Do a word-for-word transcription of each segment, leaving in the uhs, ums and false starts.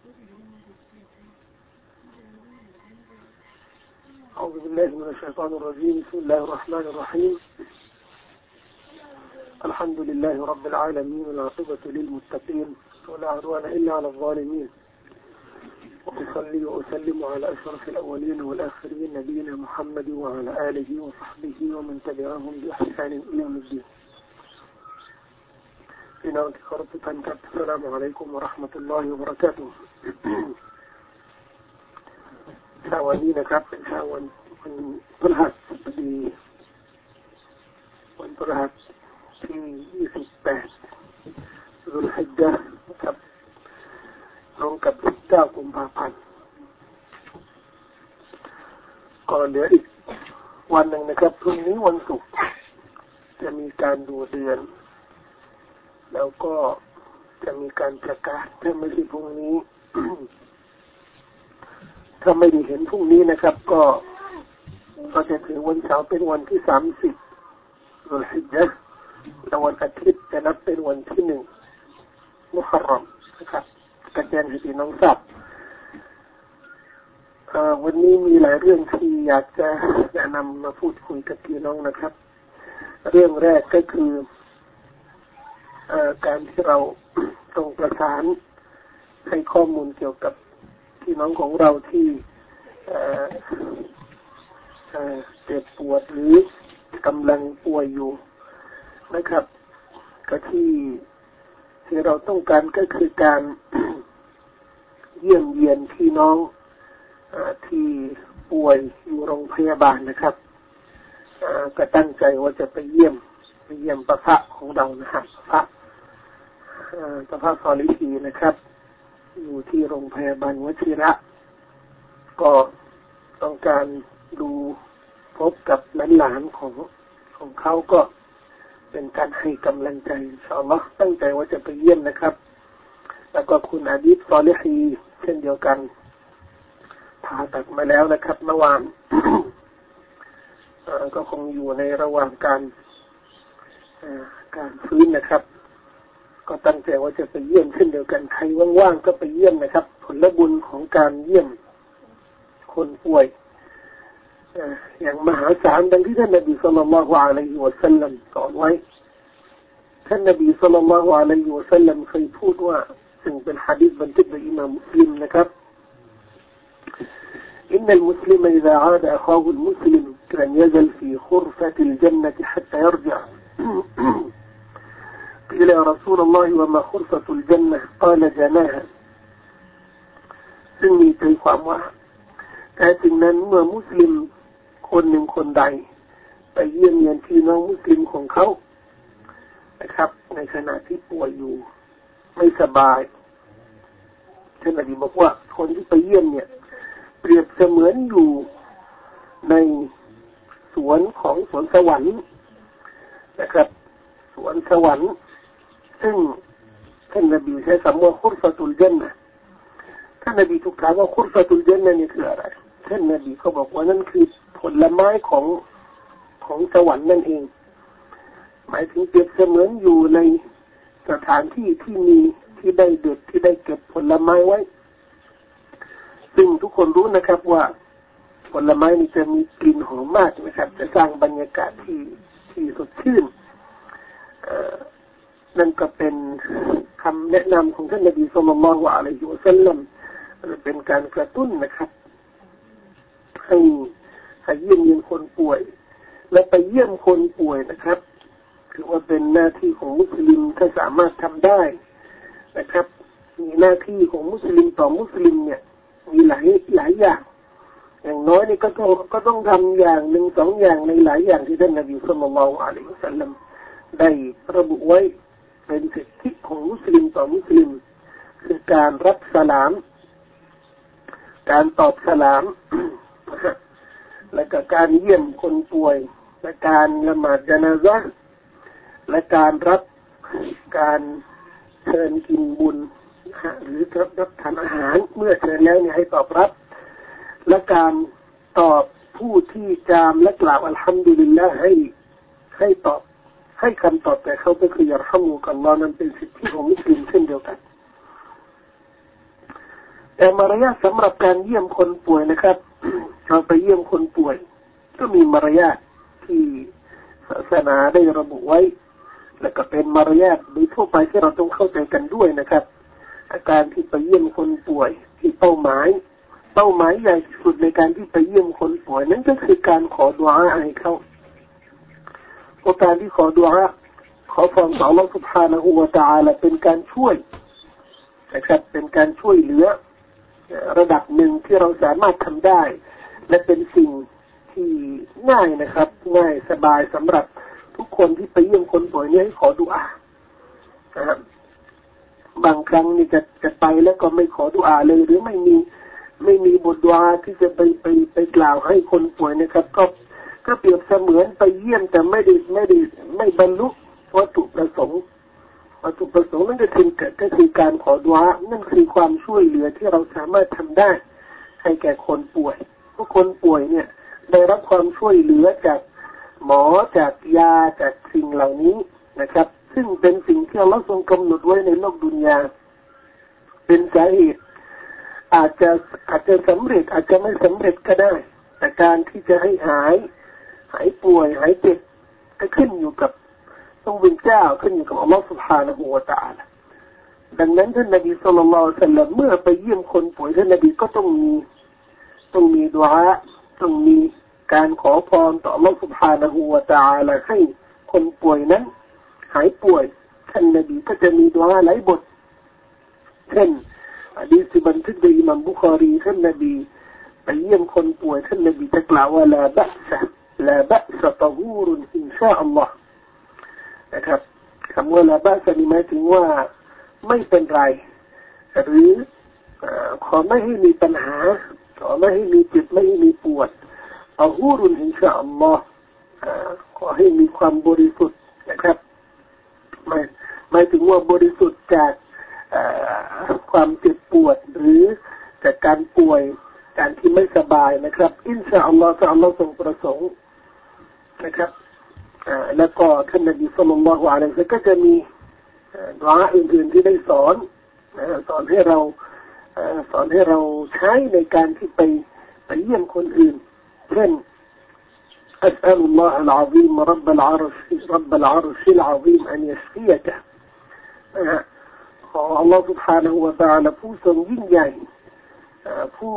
أعوذ بالله من الشيطان الرجيم بسم الله الرحمن الرحيم الحمد لله رب العالمين والعاقبة للمتقين ولا عدوان إلا على الظالمين وأصلي وأسلم على أشرف الأولين والآخرين نبينا محمد وعلى آله وصحبه ومن تبعهم بإحسان إلى يوم الدين في نوم كربتان السلام عليكم ورحمة الله وبركاته เช้าวันนี้นะครับเป็นเช้าวันวันพฤหัสบดีวันพฤหัสที่ยี่สิบแปดซุลฮิจญะห์ครับตรงกับสิบเก้ากุมภาพันธ์ก็เหลืออีกวันหนึ่งนะครับพรุ่งนี้วันศุกร์จะมีการดูเดือนแล้วก็จะมีการประกาศถ้าไม่ใช่พรุ่งนี้ ถ้าไม่ได้เห็นพรุ่งนี้นะครับก็ก็จะถือวันเสาร์เป็นวันที่สามสิบซุลฮิจญะห์แล้ววันอาทิตย์จะนับเป็นวันที่หนึ่งมุฮัรรอมนะครับกระแจงให้พี่น้องทราบวันนี้มีหลายเรื่องที่อยากจะแนะนำมาพูดคุยกับพี่น้องนะครับเรื่องแรกก็คือการที่เราต้องประสานให้ข้อมูลเกี่ยวกับพี่น้องของเราที่เจ็บปวดหรือกำลังป่วยอยู่นะครับก็ที่ที่เราต้องการก็คือการ เยี่ยมเยียนพี่น้องที่ป่วยอยู่โรงพยาบาลนะครับก็ตั้งใจว่าจะไปเยี่ยมไปเยี่ยมพระพักของเรานะฮะพระพระพักซอลิฮีนะครับอยู่ที่โรงพยาบาลวชิระก็ต้องการดูพบกับหลานๆของของเขาก็เป็นการให้กำลังใจอินชาอัลเลาะห์ตั้งใจว่าจะไปเยี่ยมนะครับแล้วก็คุณอาดิษซอลิฮีเช่นเดียวกันผ่าตัดมาแล้วนะครับเมื่อวาน ก็คงอยู่ในระหว่างการการฟื้นนะครับก็ตั้งใจว่าจะไปเยี่ยมเช่นเดียวกันใครว่างๆก็ไปเยี่ยมนะครับผลบุญของการเยี่ยมคนป่วยอย่างมหาศาลดังที่ท่านนบีศ็อลลัลลอฮุอะลัยฮิวะซัลลัมสอนไว้ท่านนบีศ็อลลัลลอฮุอะลัยฮิวะซัลลัมเคยพูดว่าซึ่งเป็นหะดีษบันทึกโดยอิมามมุสลิมนะครับإن المسلم إذا عاد أخاه المسلم لم يزل في خرفة الجنة حتى يرجع قيل يا رسول الله وما خرفة الجنة قال جناها ซึ่งมีใจความว่าแต่ถึงนั้นเมื่อมุสลิมคนหนึ่งคนใดไปเยี่ยมเยียนพี่น้องมุสลิมของเขานะครับในขณะที่ป่วยอยู่ไม่สบายท่านนบีบอกว่าคนที่ไปเยี่ยมเนี่ยเปรียบเสมือนอยู่ในสวนของสวนสวรรค์นะครับสวนสวรรค์ซึ่งท่านนบีใช้คำว่าคุรฟะตุลญันนะห์ท่านนบีถูกถามว่าคุรฟะตุลญันนะห์นี่คืออะไรท่านนบีเขาบอกว่านั่นคือผลไม้ของของสวรรค์นั่นเองหมายถึงเปรียบเสมือนอยู่ในสถานที่ที่มีที่ได้เด็ดที่ได้เก็บผลไม้ไว้ซึ่งทุกคนรู้นะครับว่าผลไม้นี่จะมีกลิ่นหอมมากนะครับจะสร้างบรรยากาศที่ที่สดชื่นนั่นก็เป็นคำแนะนำของท่านนบีศ็อลลัลลอฮุอะลัยฮิวะซัลลัมเป็นการกระตุ้นนะครับให้ให้เยี่ยมเยียนคนป่วยและไปเยี่ยมคนป่วยนะครับถือว่าเป็นหน้าที่ของมุสลิมถ้าสามารถทำได้นะครับมีหน้าที่ของมุสลิมต่อมุสลิมเนี่ยมีหลายหลายอย่างอย่างน้อยนี่ก็ต้องก็ต้องทำอย่างหนึ่งสองอย่างในหลายอย่างที่ท่านนบีศ็อลลัลลอฮุอะลัยฮิวะซัลลัมได้ระบุไว้เป็นสิทธิของมุสลิมต่อมุสลิมคือการรับสลามการตอบสลาม และก็การเยี่ยมคนป่วยและการละหมาดญะนาซะห์และการรับการเชิญกินบุญหรือรับรับทานอาหารเมื่อเชิญแล้วเนี่ยให้ตอบรับและการตอบผู้ที่จามและกล่าวอัลฮัมดุลิลลาห์ให้ให้ตอบให้คำตอบแต่เขาก็คือยัรฮัมุกัลลอฮ์นั้นเป็นสิทธิของมุสลิมเช่นเดียวกันแต่มารยาทสำหรับการเยี่ยมคนป่วยนะครับเราไปเยี่ยมคนป่วยก็มีมารยาทที่ศาสนาได้ระบุไว้และก็เป็นมารยาทโดยทั่วไปที่เราต้องเข้าใจกันด้วยนะครับอาการที่ไปเยี่ยมคนป่วยที่เป้าหมายเป้าหมายใหญ่ที่สุดในการที่ไปเยี่ยมคนป่วยนั้นก็คือการขอดุอาให้เขาเพราะการที่ขอดุอาขอความต่อ Allah سبحانه และ تعالى เป็นการช่วยนะครับเป็นการช่วยเหลือระดับหนึ่งที่เราสามารถทำได้และเป็นสิ่งที่ง่ายนะครับง่ายสบายสำหรับทุกคนที่ไปเยี่ยมคนป่วยนี้ให้ขอดุอานะครับบางครั้งนี่จะจะไปแล้วก็ไม่ขอดุอาเลยหรือไม่มีไม่มีบทดุอาที่จะไปไปไปกล่าวให้คนป่วยนะครับก็ก็เปรียบเสมือนไปเยี่ยมแต่ไม่ได้ไม่ได้ไม่บรรลุวัตถุประสงค์วัตถุประสงค์นั่นก็คือก็คือการขอดุอานั่นคือความช่วยเหลือที่เราสามารถทำได้ให้แก่คนป่วยเพราะคนป่วยเนี่ยได้รับความช่วยเหลือจากหมอจากยาจากสิ่งเหล่านี้นะครับซึ่งเป็นสิ่งที่อัลเลาะห์ทรงกำหนดไว้ในโลกดุนยาเป็นสาเหตุอาจจะอาจจะสำเร็จอาจจะไม่สำเร็จก็ได้แต่การที่จะให้หายหายป่วยหายเจ็บก็ขึ้นอยู่กับต้องเป็นเจ้าขึ้นอยู่กับอัลเลาะห์ سبحانه และ تعالى ดังนั้นท่านนบีศ็อลลัลลอฮุอะลัยฮิวะซัลลัมเมื่อไปเยี่ยมคนป่วยท่านนบีก็ต้องมีต้องมีดุอาต้องมีการขอพรต่ออัลเลาะห์ سبحانه และ تعالى ให้คนป่วยนั้นหายป่วยท่านนบีก็จะมีดุอาหลายบทเช่นหะดีษที่บันทึกโดยอิหม่ามบุคอรีท่านนบีไปเยี่ยมคนป่วยท่านนบีจะกล่าวว่าลาบะซะลาบะซะตะฮูรุนอินชาอัลลอฮ์นะครับคำว่าลาบะซะนี่หมายถึงว่าไม่เป็นไรหรือขอไม่ให้มีปัญหาขอไม่ให้มีเจ็บไม่ให้มีปวดตะฮูรุนอินชาอัลลอฮ์ขอให้มีความบริสุทธิ์นะครับหมายหมายถึงว่าบริสุทธิ์จากความเจ็บปวดหรือจากการป่วยการที่ไม่สบายนะครับอินชาอัลลอฮ์ถ้าอัลลอฮ์ทรงประสงค์นะครับแล้วก็ท่านนบีศ็อลลัลลอฮุอะลัยฮิวะซัลลัมก็จะมีดุอาอื่นๆที่ได้สอนสอนให้เราสอนให้เราใช้ในการที่ไปไปเยี่ยมคนอื่นเช่นأسأل الله العظيم رب العرش رب العرش العظيم أن يشفيك ขอ Allah سبحانه และ تعالى ผู้ทรงยิ่งใหญ่ผู้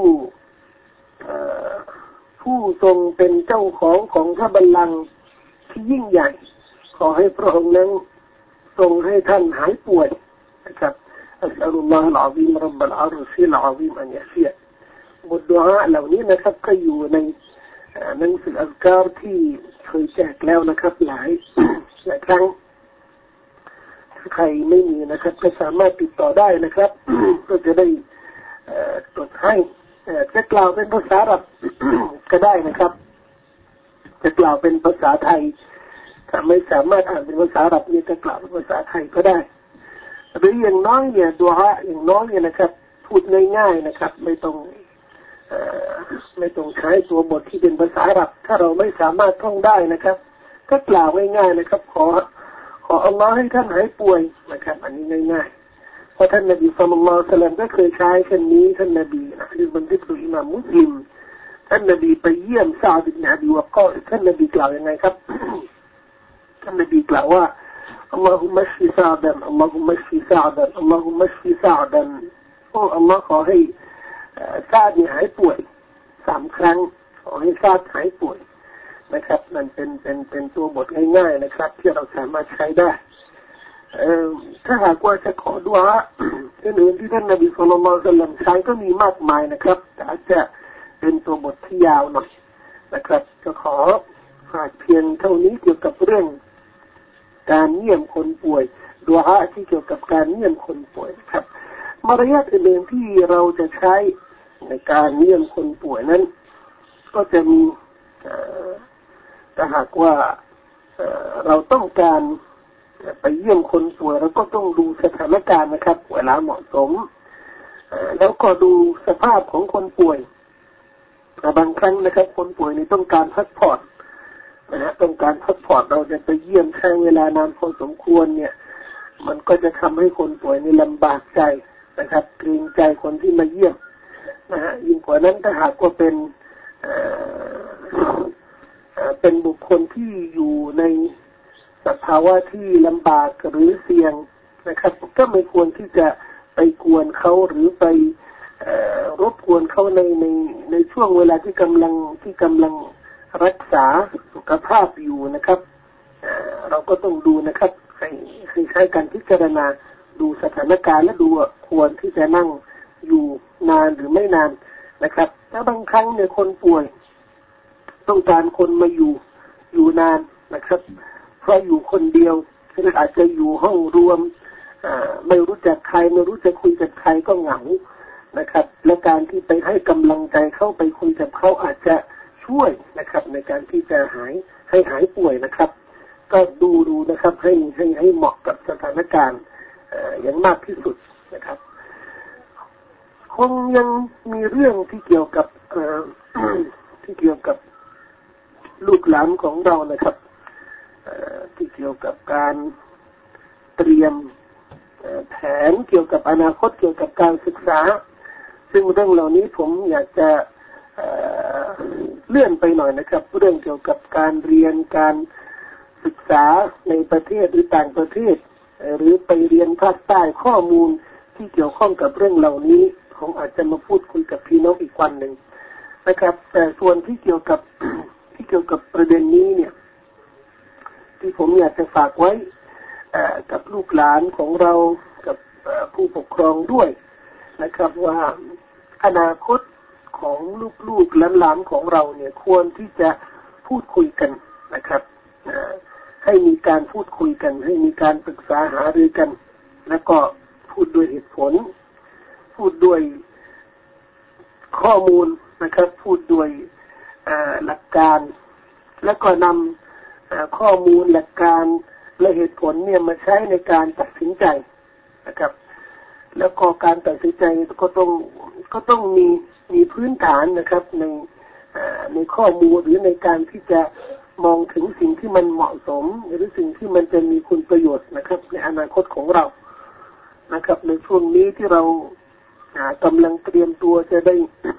ผู้ทรงเป็นเจ้าของของพระบัลลังก์ที่ยิ่งใหญ่ขอให้พระองค์นั้นทรงให้ท่านหายป่วยนะครับอัสอัลุลลอฮุลอะซีมร็อบบัลอาร์ชิลอะซีมอันยะฟียะบทดุอาเหล่านี้นะครับก็อยู่ในหนังสืออัซการ์ที่เคยแจกแล้วนะครับหลายหลายครั้งถ้าใครไม่มีนะครับก็สามารถติดต่อได้นะครับก็จะได้ตรวจให้จะกล่าวเป็นภาษาอาหรับก็ได้นะครับจะกล่าวเป็นภาษาไทยถ้าไม่สามารถอ่านเป็นภาษาอาหรับเนี่ยจะกล่าวเป็นภาษาไทยก็ได้หรืออย่างน้อยเนี่ยดุอาอย่างน้อยเนี่ยนะครับพูดง่ายๆนะครับไม่ต้องไม่ต้องใช้ตัวบทที่เป็นภาษาอาหรับถ้าเราไม่สามารถท่องได้นะครับก็กล่าวง่ายๆนะครับขอขออัลลอฮ์ให้ท่านหายป่วยนะครับอันนี้ง่ายๆเพราะท่านนบีศ็อลลัลลอฮุอะลัยฮิวะซัลลัมก็เคยใช้เช่นนี้ท่านนบีนะที่บันทึกโดยอิหม่ามมุสลิมท่านนบีไปเยี่ยมซะอ์ด อิบนุ อบี วักกอซท่านนบีกล่าวยังไงครับ ท่านนบีกล่าวว่า اللهم اشف سعدا اللهم اشف سعدا اللهم اشف سعدا โอ้อัลลอฮ์ขอให้ซาดหายป่วยสามครั้งขอให้ซาดหายป่วยนะครับนั่นเป็นเป็นเป็นตัวบทง่ายๆนะครับที่เราสามารถใช้ได้ถ้าหากว่าจะขอดุอาอื่นๆที่ท่านนบีศ็อลลัลลอฮุอะลัยฮิวะซัลลัมใช้ก็มีมากมายนะครับแต่อาจจะเป็นตัวบทที่ยาวหน่อยนะครับจะขอฝากเพียงเท่านี้เกี่ยวกับเรื่องการเยี่ยมคนป่วยดุอาที่เกี่ยวกับการเยี่ยมคนป่วยครับมารยาทอื่นๆที่เราจะใช้ในการเยี่ยมคนป่วยนั้นก็จะมีถ้าหากว่าเราต้องการไปเยี่ยมคนป่วยเราก็ต้องดูสถานการณ์นะครับเวลาเหมาะสมแล้วก็ดูสภาพของคนป่วยบางครั้งนะครับคนป่วยนี่ต้องการพักผ่อนนะฮะต้องการพักผ่อนเราจะไปเยี่ยมใช้เวลานานพอสมควรเนี่ยมันก็จะทำให้คนป่วยนี่ลำบากใจนะครับเกรงใจคนที่มาเยี่ยมนะฮะยิ่งกว่านั้นถ้าหากว่าเป็นเป็นบุคคลที่อยู่ในสภาวะที่ลำบากหรือเสี่ยงนะครับก็ไม่ควรที่จะไปกวนเขาหรือไปรบกวนเขาในในในช่วงเวลาที่กำลังที่กำลังรักษาสุขภาพอยู่นะครับเราก็ต้องดูนะครับให้ให้ใช้การพิจารณาดูสถานการณ์และดูควรที่จะนั่งอยู่นานหรือไม่นานนะครับถ้าบางครั้งเนี่ยคนป่วยต้องการคนมาอยู่อยู่นานนะครับเพราะอยู่คนเดียวหรืออาจจะอยู่ห้องรวมไม่รู้จักใครไม่รู้จะคุยกับใครก็เหงานะครับและการที่ไปให้กำลังใจเข้าไปคุยกับเขาอาจจะช่วยนะครับในการที่จะหายให้หายป่วยนะครับก็ดูดูนะครับให้ให้ให้เหมาะกับสถานการณ์อย่างมากที่สุดนะครับคงยังมีเรื่องที่เกี่ยวกับที่เกี่ยวกับลูกหลานของเรานะครับที่เกี่ยวกับการเตรียมแผนเกี่ยวกับอนาคตเกี่ยวกับการศึกษาซึ่งเรื่องเหล่านี้ผมอยากจะเลื่อนไปหน่อยนะครับเรื่องเกี่ยวกับการเรียนการศึกษาในประเทศหรือต่างประเทศหรือไปเรียนภาคใต้ข้อมูลที่เกี่ยวข้องกับเรื่องเหล่านี้ผมอาจจะมาพูดคุยกับพี่น้องอีกวันหนึ่งนะครับแต่ส่วนที่เกี่ยวกับ ที่เกี่ยวกับประเด็นนี้เนี่ยที่ผมอยากจะฝากไว้กับลูกหลานของเรากับผู้ปกครองด้วยนะครับว่าอนาคตของลูกๆหลานๆของเราเนี่ยควรที่จะพูดคุยกันนะครับให้มีการพูดคุยกันให้มีการปรึกษาหารือกันแล้วก็พูดด้วยเหตุผลพูดด้วยข้อมูลนะครับพูดด้วยหลักการแล้วก็นำข้อมูลหลักการและเหตุผลเนี่ยมาใช้ในการตัดสินใจนะครับแล้วก็การตัดสินใจก็ต้องก็ต้องมีมีพื้นฐานนะครับในในข้อมูลหรือในการที่จะมองถึงสิ่งที่มันเหมาะสมหรือสิ่งที่มันจะมีคุณประโยชน์นะครับในอนาคตของเรานะครับในช่วงนี้ที่เรากำลังเตรียมตัวจะได้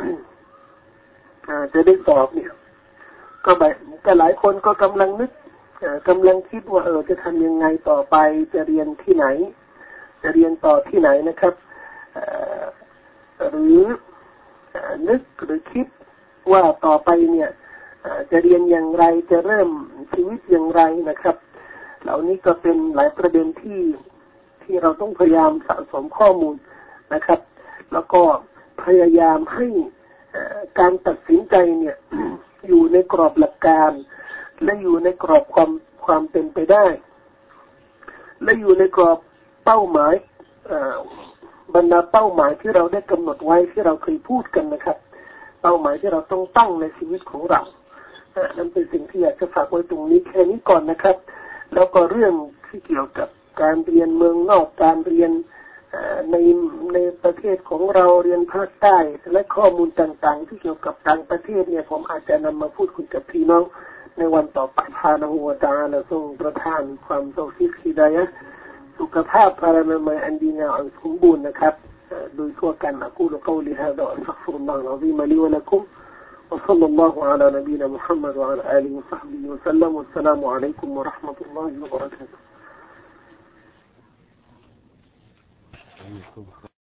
จะได้สอบเนี่ยก็แบบก็หลายคนก็กำลังนึกกำลังคิดว่าเออจะทำยังไงต่อไปจะเรียนที่ไหนจะเรียนต่อที่ไหนนะครับหรือนึกหรือคิดว่าต่อไปเนี่ยจะเรียนอย่างไรจะเริ่มชีวิตอย่างไรนะครับเหล่านี้ก็เป็นหลายประเด็นที่ที่เราต้องพยายามสะสมข้อมูลนะครับแล้วก็พยายามให้การตัดสินใจเนี่ย อยู่ในกรอบหลักการและอยู่ในกรอบความความเป็นไปได้และอยู่ในกรอบเป้าหมายบรรดาเป้าหมายที่เราได้กำหนดไว้ที่เราเคยพูดกันนะครับเป้าหมายที่เราต้องตั้งในชีวิตของเรานั่นเป็นสิ่งที่อยากจะฝากไว้ตรงนี้แค่นี้ก่อนนะครับแล้วก็เรื่องที่เกี่ยวกับการเรียนเมืองนอกการเรียนในในประเทศของเราเรียนภาคใต้และข้อมูลต่างๆที่เกี่ยวกับต่างประเทศเนี่ยผมอาจจะนำมาพูดคุยกับพี่น้องในวันต่อไปพานะฮูวะตะอาลาทรงประทานความตอฟิกฮิดายะห์สุขภาพพลานามัยอันดีงามอันสมบูรณ์นะครับโดยทั่วกันอะกูลกาวลิฮาดะอัสตัฆฟิรุลลอฮุลอะซีมลิวะละกุมوصلى الله على نبينا محمد وعلى آله وصحبه وسلم والسلام عليكم ورحمة الله وبركاته